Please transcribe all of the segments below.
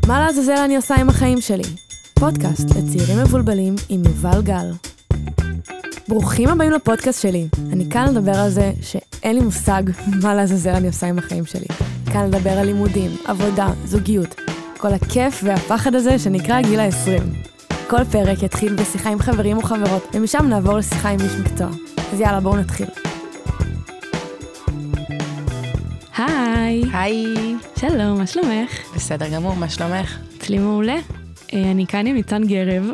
מה לעזאזל אני עושה עם החיים שלי? פודקאסט לצעירים מבולבלים עם יובל גל. ברוכים הבאים לפודקאסט שלי. אני כאן לדבר על זה שאין לי מושג מה לעזאזל אני עושה עם החיים שלי. כאן לדבר על לימודים, עבודה, זוגיות. כל הכיף והפחד הזה שנקרא גיל ה-20. כל פרק יתחיל בשיחה עם חברים וחברות, ומשם נעבור לשיחה עם איש מקצוע. אז יאללה, בואו נתחיל. היי. היי. שלום, מה שלומך? בסדר גמור, מה שלומך? אצלי מעולה. אני כאן עם ניצן גרב.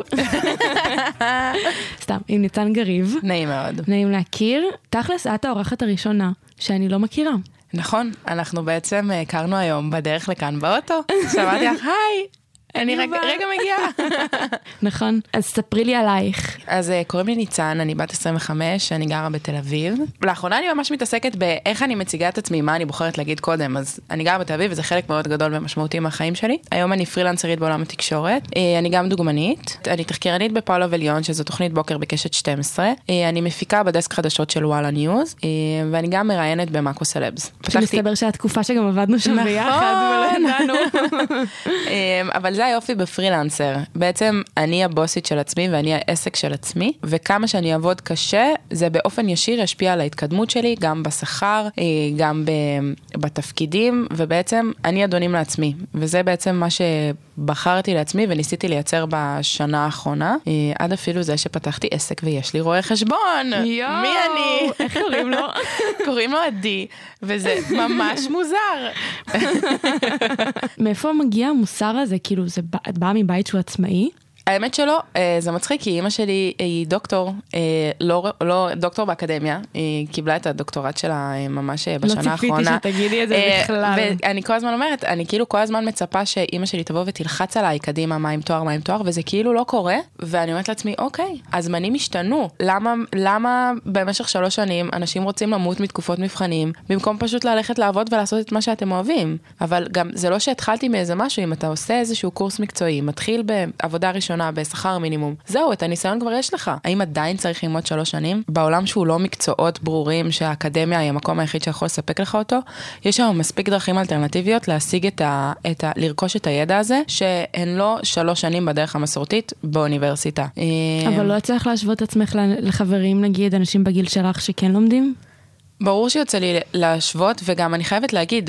סתם, עם ניצן גריב. נעים מאוד. נעים להכיר. תכלס, את האורחת הראשונה שאני לא מכירה. נכון, אנחנו בעצם הכרנו היום בדרך לכאן באוטו. שמעתי לך, היי. אני רגע מגיעה. נכון, אז ספרי לי עלייך. אז קוראים לי ניצן, אני בת 25, אני גרה בתל אביב. לאחרונה אני ממש מתעסקת באיך אני מציגה את עצמי, מה אני בוחרת להגיד קודם. אז אני גרה בתל אביב, וזה חלק מאוד גדול ומשמעותי מהחיים שלי. היום אני פרילנסרית בעולם התקשורת. אני גם דוגמנית. אני תחקירנית בפאולו וליון, שזו תוכנית בוקר בקשת 12. אני מפיקה בדסק חדשות של וואלה ניוז, ואני גם מראיינת במאקו סלבס. שמסתבר שהתקופה שגם עבדנו שם ביחד ולא ידענו. אבל זה היופי בפרילנסר. בעצם אני הבוסית של עצמי ואני העסק של עצמי, וכמה שאני אעבוד קשה, זה באופן ישיר ישפיע על ההתקדמות שלי, גם בשכר, גם בתפקידים, ובעצם אני אדונים לעצמי. וזה בעצם מה שבחרתי לעצמי וניסיתי לייצר בשנה האחרונה, עד אפילו זה שפתחתי עסק ויש לי רואה חשבון. מי אני? איך קוראים לו? קוראים לו עדי, וזה ממש מוזר. מאיפה מגיע המוסר הזה? כאילו, את באה מבית שהוא עצמאי? האמת שלא, זה מצחיק, כי אמא שלי היא דוקטור, לא דוקטור באקדמיה, היא קיבלה את הדוקטורט שלה ממש בשנה האחרונה. לא ציפיתי שתגידי את זה בכלל. ואני כל הזמן אומרת, אני כאילו כל הזמן מצפה שאמא שלי תבוא ותלחץ עליי קדימה, מה עם תואר, וזה כאילו לא קורה, ואני אומרת לעצמי, אוקיי, הזמנים השתנו, למה במשך 3 שנים אנשים רוצים למות מתקופות מבחנים, במקום פשוט ללכת לעבוד ולעשות את מה שאתם אוהבים? אבל גם זה לא שהתחלתי מאיזה משהו, אם אתה עושה איזשהו קורס מקצועי, מתחיל בעבודה ראשונה, בשכר מינימום. זהו, את הניסיון כבר יש לך. האם עדיין צריך ללמוד 3 שנים? בעולם שהוא לא מקצועות ברורים, שהאקדמיה היא המקום היחיד שיכול לספק לך אותו, יש שם מספיק דרכים אלטרנטיביות להשיג לרכוש את הידע הזה, שהן לא 3 שנים בדרך המסורתית באוניברסיטה. אבל לא צריך להשוות עצמך לחברים, נגיד, אנשים בגיל שלך שכן לומדים? ברור שיוצא לי להשוות, וגם אני חייבת להגיד,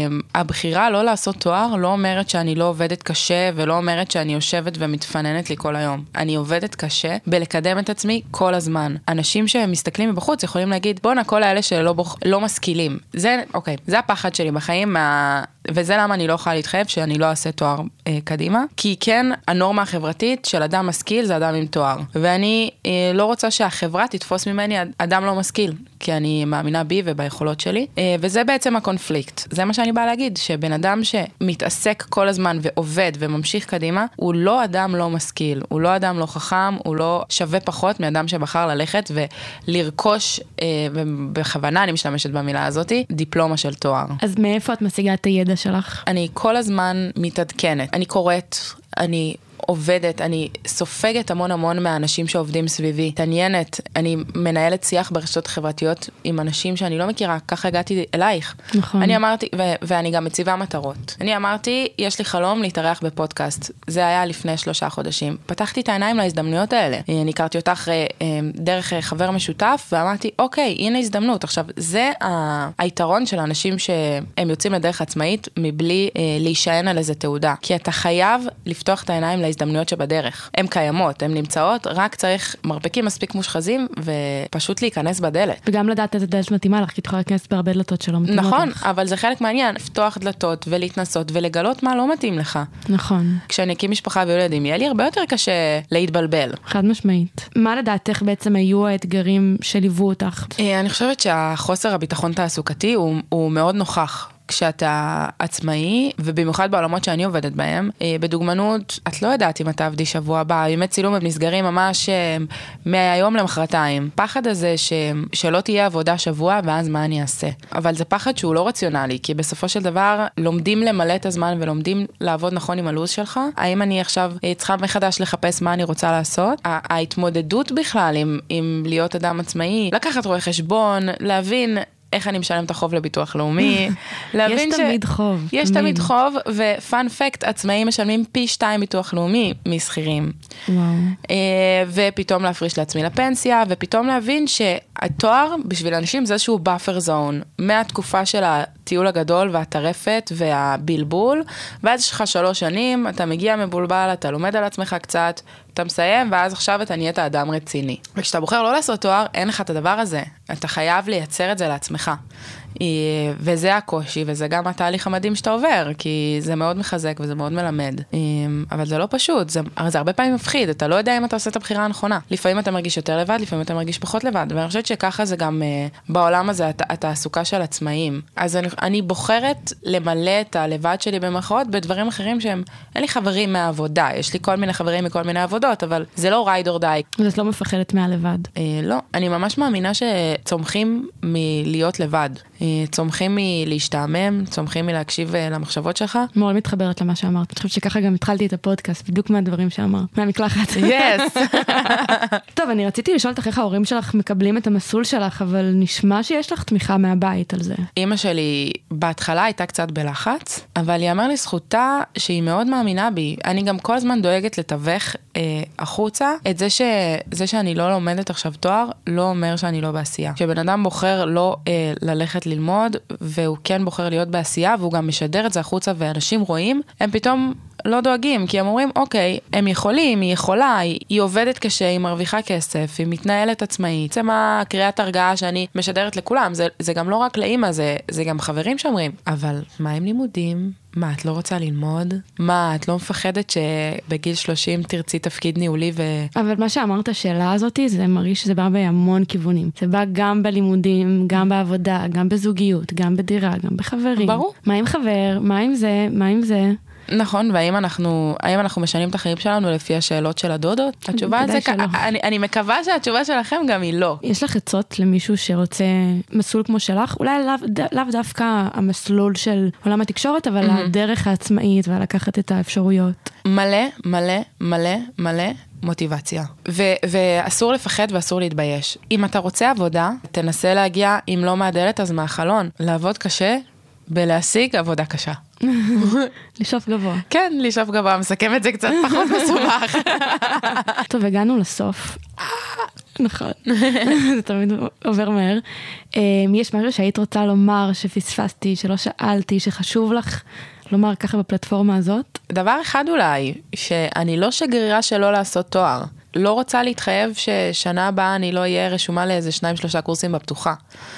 הבחירה לא לעשות תואר לא אומרת שאני לא עובדת קשה, ולא אומרת שאני יושבת ומתפננת לי כל היום. אני עובדת קשה בלקדם את עצמי כל הזמן. אנשים שמסתכלים מבחוץ יכולים להגיד, בוא כל האלה שלא משכילים. זה הפחד שלי בחיים, וזה למה אני לא יכולה להתחייב שאני לא אעשה תואר קדימה, כי כן, הנורמה החברתית של אדם משכיל זה אדם עם תואר. ואני לא רוצה שהחברה תתפוס ממני אדם לא משכיל, כי אני מאמינה בי וביכולות שלי, וזה בעצם הקונפליקט. זה מה שאני באה להגיד, שבן אדם שמתעסק כל הזמן ועובד וממשיך קדימה, הוא לא אדם לא משכיל, הוא לא אדם לא חכם, הוא לא שווה פחות מאדם שבחר ללכת ולרכוש, ובכוונה אני משתמשת במילה הזאת, דיפלומה של תואר. אז מאיפה את משיגה את הידע שלך? אני כל הזמן מתעדכנת, אני קוראת, אני עובדת, אני סופגת המון מהאנשים שעובדים סביבי, תעניינת, אני מנהלת שיח ברשתות חברתיות עם אנשים שאני לא מכירה, ככה הגעתי אלייך. נכון. אני אמרתי, ואני גם מציבה מטרות. אני אמרתי, יש לי חלום להתארח בפודקאסט. זה היה לפני 3 חודשים. פתחתי את העיניים להזדמנויות האלה. אני הכרתי אותך דרך חבר משותף, ואמרתי, אוקיי, הנה הזדמנות. עכשיו, זה היתרון של האנשים שהם יוצאים לדרך עצמאית, מבלי להישען על איזה תעודה. כי אתה חייב לפתוח את העיניים להזדמנויות שבדרך. הן קיימות, הן נמצאות, רק צריך מרפקים מספיק מושחזים, ופשוט להיכנס בדלת. וגם לדעת את הדלת מתאימה לך, כי את יכולה להיכנס בהרבה דלתות שלא מתאימות לך. נכון, אבל זה חלק מעניין, לפתוח דלתות ולהתנסות ולגלות מה לא מתאים לך. נכון. כשאני אקים משפחה וילדים, יהיה לי הרבה יותר קשה להתבלבל. חד משמעית. מה לדעתך בעצם היו האתגרים שליוו אותך? אני חושבת שהחוסר הביטחון תעסוקתי הוא מאוד נוכח. כשאתה עצמאי, ובמיוחד בעולמות שאני עובדת בהם, בדוגמנות, את לא יודעת אם אתה עבדי שבוע הבא, ימי צילום הם נסגרים ממש מהיום למחרתיים. פחד הזה שלא תהיה עבודה שבוע, ואז מה אני אעשה? אבל זה פחד שהוא לא רציונלי, כי בסופו של דבר לומדים למלא את הזמן ולומדים לעבוד נכון עם הלו"ז שלך. האם אני עכשיו צריכה מחדש לחפש מה אני רוצה לעשות? ההתמודדות בכלל עם להיות אדם עצמאי, לקחת רואה חשבון, להבין איך אני משלם את החוב לביטוח לאומי. יש תמיד חוב. יש תמיד חוב, ופאנ פקט, עצמאים משלמים פי 2 ביטוח לאומי משכירים. ופתאום להפריש לעצמי לפנסיה, ופתאום להבין שהתואר בשביל אנשים זה איזשהו באפר זון, מהתקופה של הטיול הגדול והטרפת והבלבול, ואז יש לך 3 שנים, אתה מגיע מבולבל, אתה לומד על עצמך קצת, אתה מסיים, ואז עכשיו אתה נהיית אדם רציני. וכשאתה בוחר לא לעשות תואר, אין לך את הדבר הזה. אתה חייב לייצר את זה לעצמך. וזה הקושי, וזה גם התהליך המדהים שאתה עובר, כי זה מאוד מחזק וזה מאוד מלמד. אבל זה לא פשוט, זה הרבה פעמים מפחיד, אתה לא יודע אם אתה עושה את הבחירה הנכונה. לפעמים אתה מרגיש יותר לבד, לפעמים אתה מרגיש פחות לבד, ואני חושבת שככה זה גם בעולם הזה, התעסוקה של עצמאים. אז אני בוחרת למלא את הלבד שלי במרכאות בדברים אחרים שהם, אין לי חברים מהעבודה, יש לי כל מיני חברים מכל מיני עבודות, אבל זה לא ride or die. אז את לא מפחדת מהלבד? לא, אני ממש מאמינה שצומחים מלהיות לבד. צומחים מלהשתעמם, צומחים מלהקשיב למחשבות שלך. מאוד מתחברת למה שאמרת. אני חושבת שככה גם התחלתי את הפודקאסט, בדיוק מהדברים שאמרת, מהמקלחת. Yes. טוב, אני רציתי לשאול אותך איך ההורים שלך מקבלים את המסלול שלך, אבל נשמע שיש לך תמיכה מהבית על זה. אמא שלי בהתחלה הייתה קצת בלחץ, אבל היא אמר לי זכותה שהיא מאוד מאמינה בי. אני גם כל הזמן דואגת לתווך החוצה. את זה שאני לא לומדת עכשיו תואר, לא אומר שאני לא בעשייה. כשבן אדם בוחר לא ללכת ללמוד, והוא כן בוחר להיות בעשייה, והוא גם משדר את זה החוצה, ואנשים רואים, הם פתאום לא דואגים, כי הם אומרים, אוקיי, הם יכולים, היא יכולה, היא עובדת קשה, היא מרוויחה כסף, היא מתנהלת עצמאית. זה מה קריאת הרגעה שאני משדרת לכולם, זה גם לא רק לאמא, זה גם חברים שאומרים, אבל מה הם לימודים? מה, את לא רוצה ללמוד? מה, את לא מפחדת שבגיל 30 תרצי תפקיד ניהולי אבל מה שאמרת, השאלה הזאת, זה מרגיש שזה בא בהמון כיוונים. זה בא גם בלימודים, גם בעבודה, גם בזוגיות, גם בדירה, גם בחברים. ברור. מה עם חבר? מה עם זה? מה עם זה? נכון, והאם אנחנו משנים את החיים שלנו לפי השאלות של הדודות? התשובה על זה, אני מקווה שהתשובה שלכם גם היא לא. יש לך עצות למישהו שרוצה מסלול כמו שלך? אולי לאו דווקא המסלול של עולם התקשורת, אבל הדרך העצמאית ולקחת את האפשרויות. מלא, מלא, מלא, מלא מוטיבציה. ואסור לפחד ואסור להתבייש. אם אתה רוצה עבודה, תנסה להגיע, אם לא מהדלת אז מהחלון. לעבוד קשה בלהשיג עבודה קשה. לשאוף גבוה. כן, לשאוף גבוה, מסכם את זה קצת פחות מסובך. טוב, הגענו לסוף. נכון. זה תמיד עובר מהר. יש משהו שהיית רוצה לומר, שפספסתי, שלא שאלתי, שחשוב לך לומר ככה בפלטפורמה הזאת? דבר אחד אולי, שאני לא שגרירה שלא לעשות תואר. לא רוצה להתחייב ששנה הבאה אני לא אהיה רשומה לאיזה 2-3 קורסים בפתוחה.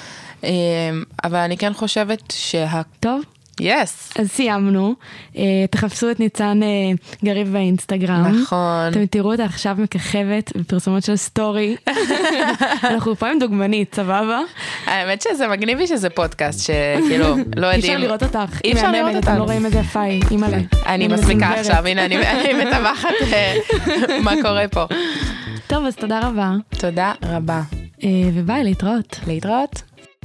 אבל אני כן חושבת טוב? Yes. אז סיימנו. תחפשו את ניצן גריב באינסטגרם. נכון. אתם תראו אותה עכשיו מככבת בפרסומות של סטורי. אנחנו פה עם דוגמנית, סבבה? האמת שזה מגניבי שזה פודקאסט, שכאילו לא יודעים. אי אפשר לראות אותך. אי אפשר לראות אותך. אתם לא רואים איזה יפה היא, אימא'לה. אני מסמיקה עכשיו, הנה, אני מטווחת מה קורה פה. טוב, אז תודה רבה. תודה רבה. וביי, להתראות. להתראות.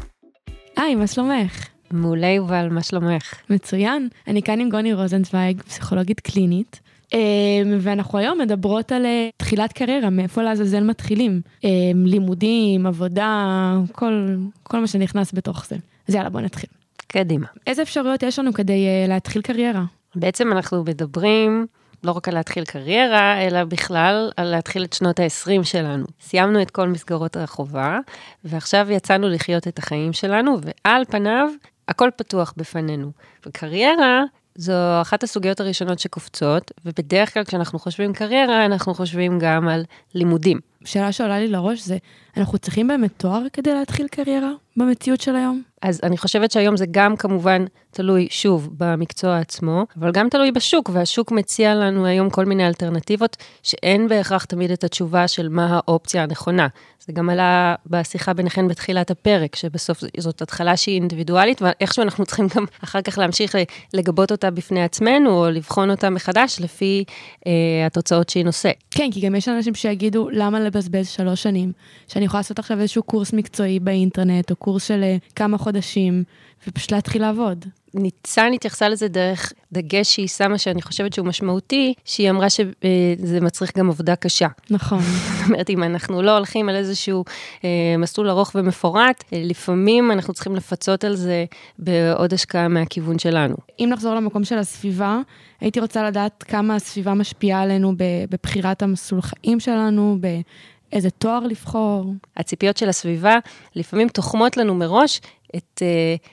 מה שלומך? מעולה יובל, מה שלומך? מצוין. אני כאן עם גוני רוזנצוויג, פסיכולוגית קלינית, ואנחנו היום מדברות על תחילת קריירה, מאיפה לעזאזל מתחילים. לימודים, עבודה, כל מה שנכנס בתוך זה. אז יאללה, בוא נתחיל. קדימה. איזה אפשרויות יש לנו כדי להתחיל קריירה? בעצם אנחנו מדברים לא רק על להתחיל קריירה, אלא בכלל על להתחיל את שנות ה-20 שלנו. סיימנו את כל מסגרות החובה, ועכשיו יצאנו לחיות את החיים שלנו, ועל פניו, הכל פתוח בפנינו. וקריירה זו אחת הסוגיות הראשונות שקופצות, ובדרך כלל כשאנחנו חושבים קריירה, אנחנו חושבים גם על לימודים. שאלה שעולה לי לראש זה, אנחנו צריכים באמת תואר כדי להתחיל קריירה במציאות של היום? אז אני חושבת שהיום זה גם כמובן תלוי שוב במקצוע עצמו, אבל גם תלוי בשוק, והשוק מציע לנו היום כל מיני אלטרנטיבות, שאין בהכרח תמיד את התשובה של מה האופציה הנכונה. זה גם עלה בשיחה ביניכן בתחילת הפרק, שבסוף זאת התחלה שהיא אינדיבידואלית, ואיכשהו אנחנו צריכים גם אחר כך להמשיך לגבות אותה בפני עצמנו, או לבחון אותה מחדש לפי התוצאות שהיא נושא. כן, כי גם יש אנשים שיגידו, למה לבזבז 3 שנים? שאני יכולה לעשות עכשיו איזשהו קורס מקצועי באינטרנט, או קורס של כמה חודשים, ופשוט להתחיל לעבוד. ניצן התייחסה לזה דרך דגש שהיא שמה, שאני חושבת שהוא משמעותי, שהיא אמרה שזה מצריך גם עבודה קשה. נכון. זאת אומרת, אם אנחנו לא הולכים על איזשהו מסלול ארוך ומפורט, לפעמים אנחנו צריכים לפצות על זה בעוד השקעה מהכיוון שלנו. אם נחזור למקום של הסביבה, הייתי רוצה לדעת כמה הסביבה משפיעה עלינו בבחירת המסלול חיים שלנו, באיזה תואר לבחור. הציפיות של הסביבה לפעמים תוחמות לנו מראש את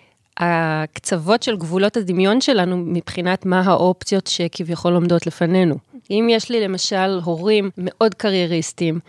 הקצוות של גבולות הדמיון שלנו מבחינת מה האופציות שכביכול עומדות לפנינו. אם יש לי למשל הורים מאוד קרייריסטים,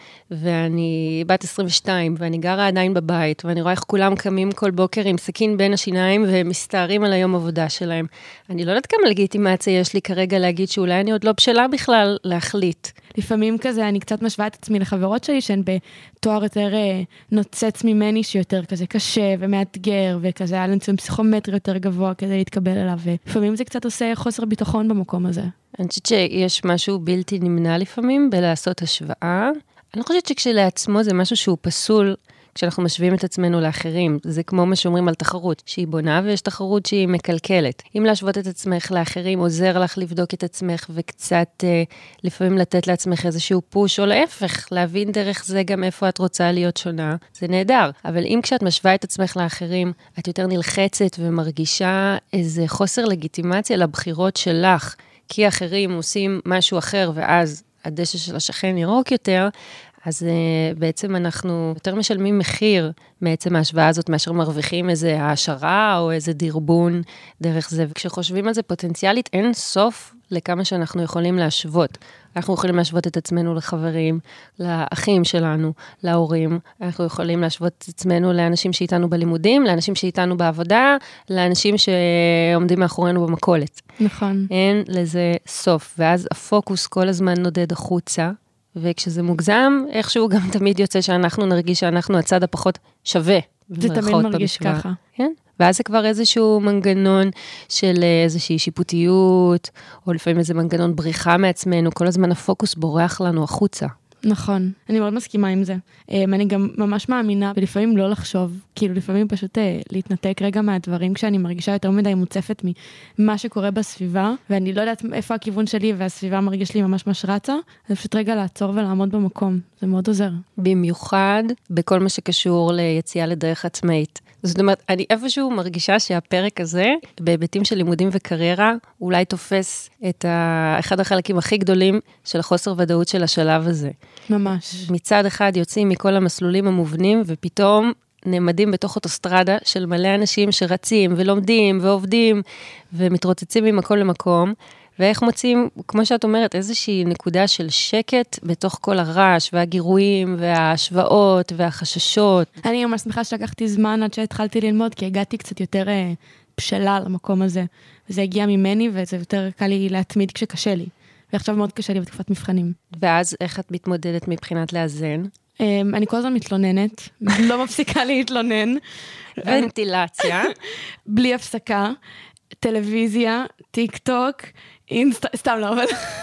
ואני בת 22, ואני גרה עדיין בבית, ואני רואה איך כולם קמים כל בוקר עם סכין בין השיניים, ומסתערים על היום עבודה שלהם. אני לא יודעת כמה לגיטימציה יש לי כרגע להגיד שאולי אני עוד לא בשלה בכלל להחליט. לפעמים כזה, אני קצת משווה את עצמי לחברות שלי, שהן בתואר יותר נוצץ ממני, שיותר כזה קשה ומאתגר, וכזה היה להם פסיכומטרי יותר גבוה כדי להתקבל אליו, ולפעמים זה קצת עושה חוסר ביטחון במקום הזה. אני חושבת שיש משהו בלתי נמנע לפעמים בלעשות השוואה. אני חושבת שכשלעצמו זה משהו שהוא פסול, כשאנחנו משווים את עצמנו לאחרים. זה כמו מה שאומרים על תחרות, שהיא בונה ויש תחרות שהיא מקלקלת. אם להשוות את עצמך לאחרים, עוזר לך לבדוק את עצמך וקצת לפעמים לתת לעצמך איזשהו פוש, או להפך, להבין דרך זה גם איפה את רוצה להיות שונה, זה נהדר. אבל אם כשאת משווה את עצמך לאחרים, את יותר נלחצת ומרגישה איזה חוסר לגיטימציה לבחירות שלך, כי אחרים עושים משהו אחר ואז הדשא של השכן ירוק יותר, אז בעצם אנחנו יותר משלמים מחיר מעצם ההשוואה הזאת, מאשר מרוויחים איזה העשרה או איזה דרבון דרך זה. וכשחושבים על זה פוטנציאלית, אין סוף לכמה שאנחנו יכולים להשוות. אנחנו יכולים להשוות את עצמנו לחברים, לאחים שלנו, להורים. אנחנו יכולים להשוות את עצמנו לאנשים שאיתנו בלימודים, לאנשים שאיתנו בעבודה, לאנשים שעומדים מאחורינו במכולת. נכון. אין לזה סוף. ואז הפוקוס כל הזמן נודד החוצה, וכשזה מוגזם, איכשהו גם תמיד יוצא שאנחנו נרגיש שאנחנו הצד הפחות שווה. זה תמיד מרגיש ככה. כן? ואז זה כבר איזשהו מנגנון של איזושהי שיפוטיות, או לפעמים איזה מנגנון בריחה מעצמנו, כל הזמן הפוקוס בורח לנו החוצה. נכון, אני מאוד מסכימה עם זה. אני גם ממש מאמינה, ולפעמים לא לחשוב, כאילו לפעמים פשוט להתנתק רגע מהדברים, כשאני מרגישה יותר מדי מוצפת ממה שקורה בסביבה, ואני לא יודעת איפה הכיוון שלי, והסביבה מרגיש לי ממש רצה, אז פשוט רגע לעצור ולעמוד במקום, זה מאוד עוזר. במיוחד בכל מה שקשור ליציאה לדרך עצמאית. זאת אומרת, אני איפשהו מרגישה שהפרק הזה, בהיבטים של לימודים וקריירה, אולי תופס את אחד החלקים הכי גדולים של החוסר ודאות של השלב הזה. ממש. מצד אחד יוצאים מכל המסלולים המובנים, ופתאום נעמדים בתוך אוטוסטרדה של מלא אנשים שרצים ולומדים ועובדים, ומתרוצצים ממקום למקום, ואיך מוצאים, כמו שאת אומרת, איזושהי נקודה של שקט בתוך כל הרעש והגירויים וההשוואות והחששות. אני ממש שמחה שלקחתי זמן עד שהתחלתי ללמוד, כי הגעתי קצת יותר בשלה למקום הזה. וזה הגיע ממני, וזה יותר קל לי להתמיד כשקשה לי. ועכשיו מאוד קשה לי בתקופת מבחנים. ואז איך את מתמודדת מבחינת לאזן? אני כל הזמן מתלוננת, לא מפסיקה להתלונן. ונטילציה. בלי הפסקה, טלוויזיה, טיק טוק, סתם לא, אבל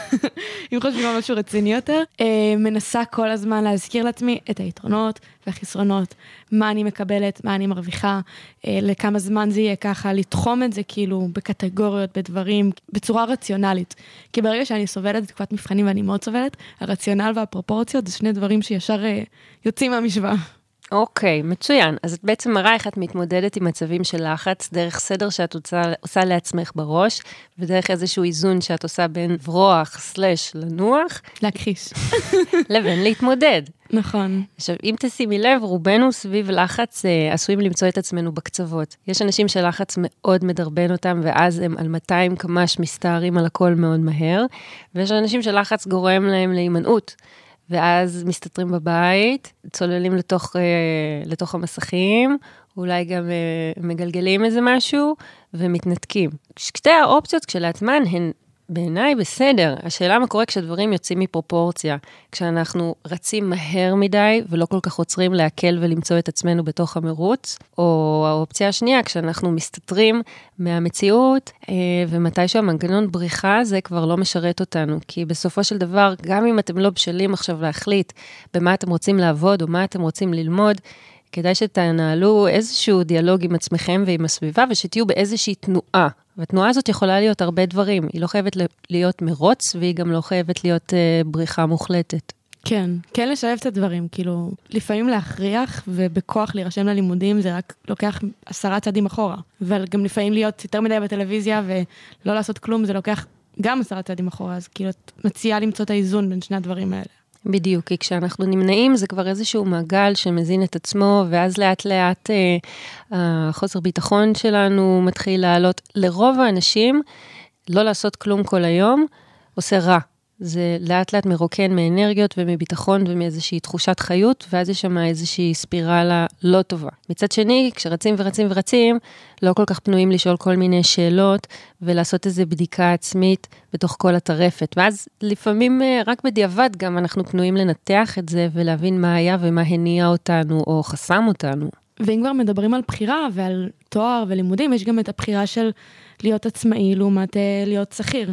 אם חושבים על משהו רציני יותר, מנסה כל הזמן להזכיר לעצמי את היתרונות והחסרונות, מה אני מקבלת, מה אני מרוויחה, לכמה זמן זה יהיה ככה, לתחום את זה כאילו בקטגוריות, בדברים, בצורה רציונלית. כי ברגע שאני סובלת את תקופת מבחנים ואני מאוד סובלת, הרציונל והפרופורציות זה שני דברים שישר יוצאים מהמשוואה. אוקיי, מצוין. אז את בעצם מראה איך את מתמודדת עם מצבים של לחץ, דרך סדר שאת עושה לעצמך בראש, ודרך איזשהו איזון שאת עושה בין ברוח / לנוח. להכחיש. לבין להתמודד. נכון. עכשיו, אם תשימי לב, רובנו סביב לחץ עשויים למצוא את עצמנו בקצוות. יש אנשים שלחץ מאוד מדרבן אותם, ואז הם על 200 קמ"ש מסתערים על הכל מאוד מהר, ויש אנשים שלחץ גורם להם להימנעות. ואז מסתתרים בבית, צוללים לתוך המסכים, אולי גם מגלגלים איזה משהו, ומתנתקים. שתי האופציות כשלעצמן הן בעיניי בסדר. השאלה מה קורה כשדברים יוצאים מפרופורציה, כשאנחנו רצים מהר מדי, ולא כל כך עוצרים להקל ולמצוא את עצמנו בתוך המרוץ, או האופציה השנייה, כשאנחנו מסתתרים מהמציאות, ומתישהו המנגנון בריחה, זה כבר לא משרת אותנו, כי בסופו של דבר, גם אם אתם לא בשלים עכשיו להחליט במה אתם רוצים לעבוד, או מה אתם רוצים ללמוד, כדאי שתנהלו איזשהו דיאלוג עם עצמכם ועם הסביבה, ושתהיו באיזושהי תנועה. והתנועה הזאת יכולה להיות הרבה דברים. היא לא חייבת להיות מרוץ, והיא גם לא חייבת להיות בריחה מוחלטת. כן, כן לשלב את הדברים, כאילו, לפעמים להכריח ובכוח להירשם ללימודים, זה רק לוקח 10 צעדים אחורה. וגם לפעמים להיות יותר מדי בטלוויזיה ולא לעשות כלום, זה לוקח גם 10 צעדים אחורה, אז כאילו, את מציעה למצוא את האיזון בין שני הדברים האלה. בדיוק, כי כשאנחנו נמנעים, זה כבר איזשהו מעגל שמזין את עצמו, ואז לאט לאט החוסר ביטחון שלנו מתחיל לעלות. לרוב האנשים, לא לעשות כלום כל היום, עושה רע. זה לאט לאט מרוקן מאנרגיות ומביטחון ומאיזושהי תחושת חיות, ואז יש שם איזושהי ספירלה לא טובה. מצד שני, כשרצים ורצים ורצים, לא כל כך פנויים לשאול כל מיני שאלות, ולעשות איזו בדיקה עצמית בתוך כל הטרפת. ואז לפעמים רק בדיעבד גם אנחנו פנויים לנתח את זה, ולהבין מה היה ומה הניע אותנו או חסם אותנו. ואם כבר מדברים על בחירה ועל תואר ולימודים, יש גם את הבחירה של להיות עצמאי לעומת להיות שכיר.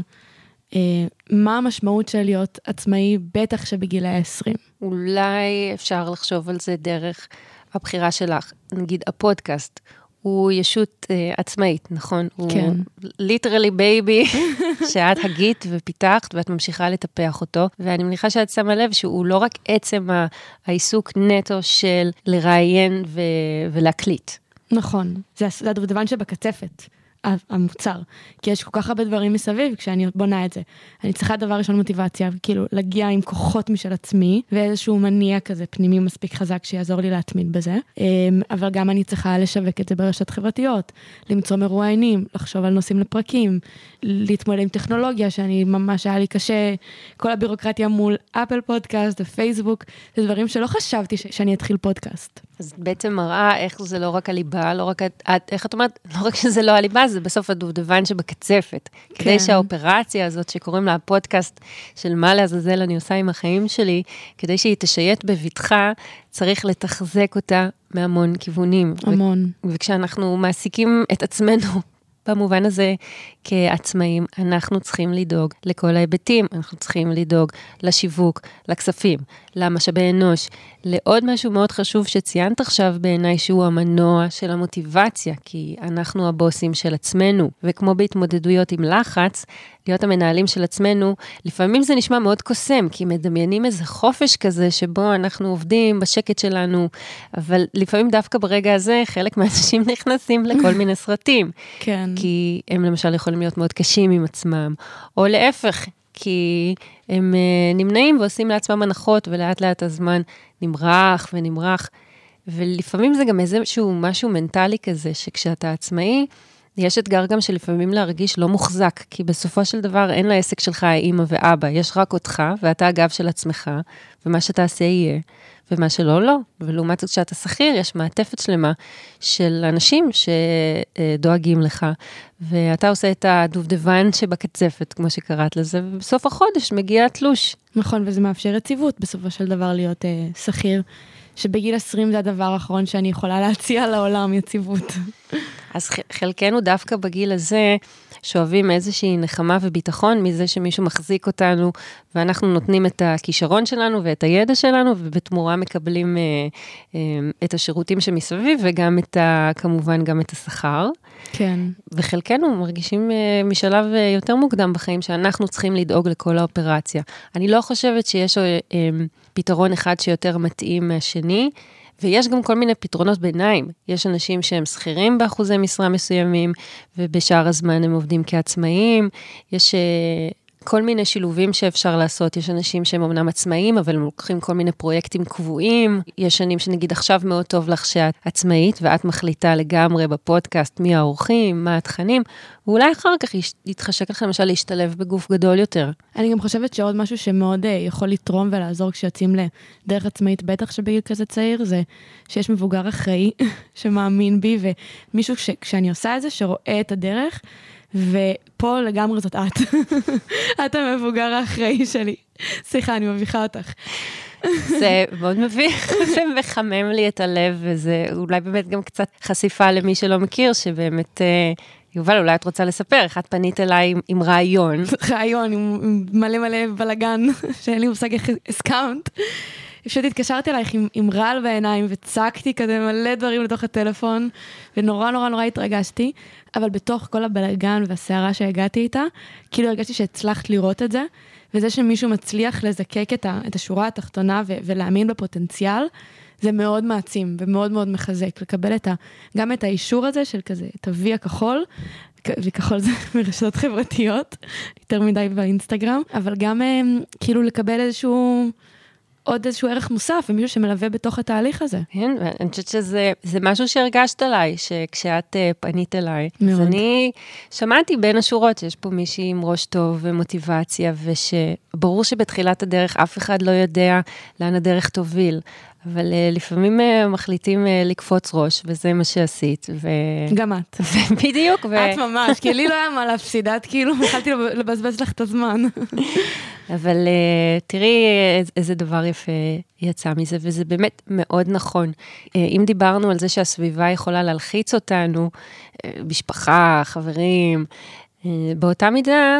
מה המשמעות של להיות עצמאי, בטח שבגילי 20? אולי אפשר לחשוב על זה דרך הבחירה שלך. נגיד, הפודקאסט הוא ישות עצמאית, נכון? כן. הוא ליטרלי בייבי, שאת הגית ופיתחת, ואת ממשיכה לטפח אותו, ואני מניחה שאת שמה לב שהוא לא רק עצם העיסוק נטו של לראיין ולהקליט. נכון, זה הדובדבן שבקצפת. המוצר, כי יש כל כך הרבה דברים מסביב כשאני בונה את זה. אני צריכה דבר ראשון מוטיבציה, כאילו להגיע עם כוחות משל עצמי, ואיזשהו מניע כזה פנימי מספיק חזק שיעזור לי להתמיד בזה, אבל גם אני צריכה לשווק את זה ברשת חברתיות, למצוא מרואיינים, לחשוב על נושאים לפרקים, להתמודד עם טכנולוגיה, שאני ממש היה לי קשה, כל הבירוקרטיה מול אפל פודקאסט ופייסבוק, זה דברים שלא חשבתי שאני אתחיל פודקאסט. אז בעצם מראה איך זה לא רק הליבה, לא רק, איך את אומרת, לא רק שזה לא הליבה, זה בסוף הדובדבן שבקצפת. כן. כדי שהאופרציה הזאת שקוראים לה הפודקאסט של מה לעזאזל אני עושה עם החיים שלי, כדי שהיא תשייט בבטחה, צריך לתחזק אותה מהמון כיוונים. המון. וכשאנחנו מעסיקים את עצמנו, במובן הזה, כעצמאים, אנחנו צריכים לדאוג לכל ההיבטים, אנחנו צריכים לדאוג לשיווק, לכספים, למשאבי אנוש, לעוד משהו מאוד חשוב שציינת עכשיו בעיניי, שהוא המנוע של המוטיבציה, כי אנחנו הבוסים של עצמנו, וכמו בהתמודדויות עם לחץ, להיות המנהלים של עצמנו, לפעמים זה נשמע מאוד קוסם, כי מדמיינים איזה חופש כזה, שבו אנחנו עובדים בשקט שלנו, אבל לפעמים דווקא ברגע הזה, חלק מהאנשים נכנסים לכל מיני סרטים. כן. כי הם למשל יכולים להיות מאוד קשים עם עצמם, או להפך, כי הם נמנעים ועושים לעצמם הנחות, ולאט לאט הזמן נמרח ונמרח, ולפעמים זה גם איזשהו משהו מנטלי כזה, שכשאתה עצמאי, יש אתגר גם שלפעמים להרגיש לא מוחזק, כי בסופו של דבר אין לעסק שלך אימא ואבא, יש רק אותך, ואתה הגב של עצמך, ומה שתעשה יהיה, ומה שלא, לא. ולעומת זאת כשאתה שכיר, יש מעטפת שלמה של אנשים שדואגים לך, ואתה עושה את הדובדבן שבקצפת, כמו שקראת לזה, ובסוף החודש מגיע התלוש. נכון, וזה מאפשר יציבות בסופו של דבר להיות שכיר, שבגיל 20 זה הדבר האחרון שאני יכולה להציע לעולם יציבות. אז חלקנו דווקא בגיל הזה, שואבים איזושהי נחמה וביטחון מזה שמישהו מחזיק אותנו, ואנחנו נותנים את הכישרון שלנו ואת הידע שלנו, ובתמורה מקבלים את השירותים שמסביב, וגם כמובן גם את השכר. כן. וחלקנו מרגישים משלב יותר מוקדם בחיים, שאנחנו צריכים לדאוג לכל האופרציה. אני לא חושבת שיש פתרון אחד שיותר מתאים מהשני, ויש גם כל מיני פתרונות ביניים. יש אנשים שהם שכירים באחוזי משרה מסוימים, ובשאר הזמן הם עובדים כעצמאיים. יש כל מיני שילובים שאפשר לעשות. יש אנשים שהם אמנם עצמאיים, אבל הם לוקחים כל מיני פרויקטים קבועים. יש שנים שנגיד עכשיו מאוד טוב לך שאת עצמאית, ואת מחליטה לגמרי בפודקאסט מי האורחים, מה התכנים, ואולי אחר כך יתחשק לך למשל להשתלב בגוף גדול יותר. אני גם חושבת שעוד משהו שמאוד יכול לתרום ולעזור כשיוצאים לדרך עצמאית, בטח שבגיל כזה צעיר, זה שיש מבוגר אחראי שמאמין בי, ומישהו כשאני עושה את זה, שרואה את הדרך, ופה לגמרי זאת את. את המבוגר האחראי שלי. סליחה, אני מביכה אותך. זה מאוד מביך, זה מחמם לי את הלב, וזה אולי באמת גם קצת חשיפה למי שלא מכיר, שבאמת, יובל, אולי את רוצה לספר, איך את פנית אליי עם רעיון. רעיון, עם מלא בלגן, שאין לי מושג איך הסכמת. פשוט התקשרתי אלייך עם רעל בעיניים, וצעקתי כזה מלא דברים לתוך הטלפון, ונורא נורא נורא התרגשתי, אבל בתוך כל הבלגן והסערה שהגעתי איתה, כאילו הרגשתי שהצלחת לראות את זה, וזה שמישהו מצליח לזקק את השורה התחתונה ולהאמין בפוטנציאל, זה מאוד מעצים ומאוד מאוד מחזק, לקבל גם את האישור הזה של כזה, את הוי הכחול, וכחול זה מרשתות חברתיות, יותר מדי באינסטגרם, אבל גם כאילו לקבל עוד איזשהו ערך מוסף, ומישהו שמלווה בתוך התהליך הזה. כן, ואני חושבת שזה משהו שהרגשת עליי, שכשאת פנית אליי, מאוד. אז אני שמעתי בין השורות, שיש פה מישהי עם ראש טוב ומוטיבציה, ושברור שבתחילת הדרך אף אחד לא יודע לאן הדרך תוביל, אבל לפעמים מחליטים לקפוץ ראש, וזה מה שעשית. גם את. בדיוק. את ממש, כי לי לא היה מה להפסיד, את כאילו, יכלתי לבזבז לך את הזמן. אבל תראי איזה דבר יפה יצא מזה, וזה באמת מאוד נכון. אם דיברנו על זה שהסביבה יכולה להלחיץ אותנו, משפחה, חברים, באותה מידה,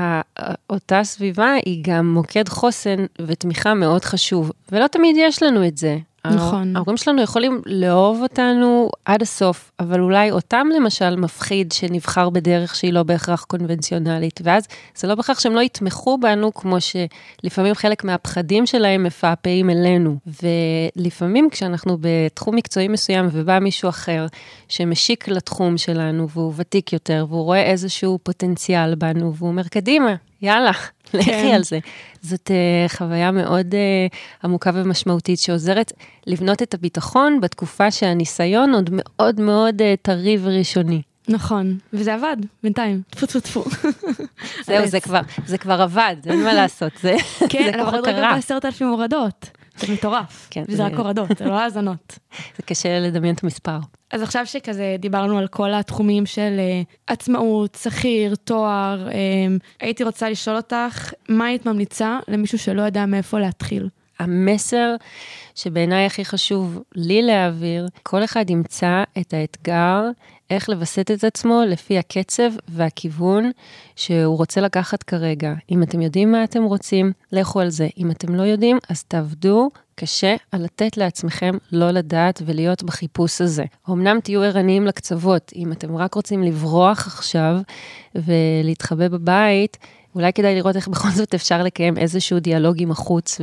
אותה סביבה היא גם מוקד חוסן ותמיכה מאוד חשוב, ולא תמיד יש לנו את זה. נכון. ההורים שלנו יכולים לאהוב אותנו עד הסוף, אבל אולי אותם למשל מפחיד שנבחר בדרך שהיא לא בהכרח קונבנציונלית, ואז זה לא בהכרח שהם לא יתמכו בנו, כמו שלפעמים חלק מהפחדים שלהם מפעפעים אלינו, ולפעמים כשאנחנו בתחום מקצועי מסוים, ובא מישהו אחר שמשיק לתחום שלנו, והוא ותיק יותר, והוא רואה איזשהו פוטנציאל בנו, והוא אומר קדימה, יאללה, לכי על זה. זאת חוויה מאוד עמוקה ומשמעותית, שעוזרת לבנות את הביטחון בתקופה שהניסיון עוד מאוד מאוד טרי וראשוני. נכון, וזה עבד, בינתיים, טפו. זהו, זה כבר עבד, אין מה לעשות, זה כבר קרה. כן, אנחנו עוד רגע ב10,000 הורדות, זה מטורף, וזה רק הורדות, זה לא האזנות. זה קשה לדמיין את המספר. אז עכשיו שכזה דיברנו על כל התחומים של עצמאות, שכיר, תואר, הייתי רוצה לשאול אותך, מה היית ממליצה למישהו שלא יודע מאיפה להתחיל? המסר שבעיניי הכי חשוב לי להעביר, כל אחד ימצא את האתגר, איך לבסט את עצמו לפי הקצב והכיוון שהוא רוצה לקחת כרגע. אם אתם יודעים מה אתם רוצים, לכו על זה. אם אתם לא יודעים, אז תעבדו קשה על לתת לעצמכם לא לדעת ולהיות בחיפוש הזה. אמנם תהיו ערניים לקצוות, אם אתם רק רוצים לברוח עכשיו ולהתחבא בבית, אולי כדאי לראות איך בכל זאת אפשר לקיים איזשהו דיאלוג עם החוץ,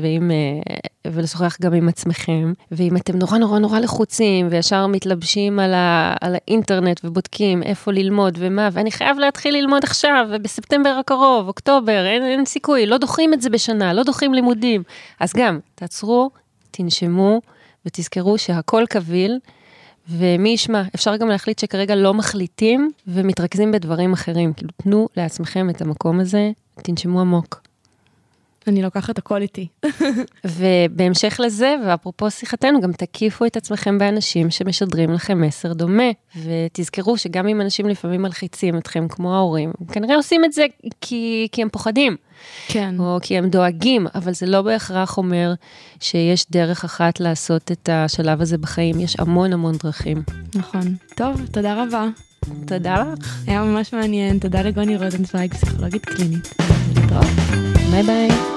ולשוחח גם עם עצמכם. ואם אתם נורא נורא נורא לחוצים, וישר מתלבשים על האינטרנט, ובודקים איפה ללמוד ומה, ואני חייב להתחיל ללמוד עכשיו, ובספטמבר הקרוב, אוקטובר, אין סיכוי, לא דוחים את זה בשנה, לא דוחים לימודים. אז גם, תעצרו, תנשמו, ותזכרו שהכל קביל, ומי ישמע, אפשר גם להחליט שכרגע לא מחליטים, ומתרכזים בדברים אחרים. כאילו, תנו לעצמכם את המקום הזה, תנשמו עמוק. אני לוקחת הכל איתי. ובהמשך לזה, ואפרופו שיחתנו, גם תקיפו את עצמכם באנשים שמשדרים לכם מסר דומה, ותזכרו שגם אם אנשים לפעמים מלחיצים אתכם כמו ההורים, הם כנראה עושים את זה כי הם פוחדים. כן. או כי הם דואגים, אבל זה לא בהכרח אומר שיש דרך אחת לעשות את השלב הזה בחיים. יש המון המון דרכים. נכון. טוב, תודה רבה. תודה לך. היה ממש מעניין. תודה לגוני רוזנצוויג, פסיכולוגית קלינית. להתראות. ביי ביי.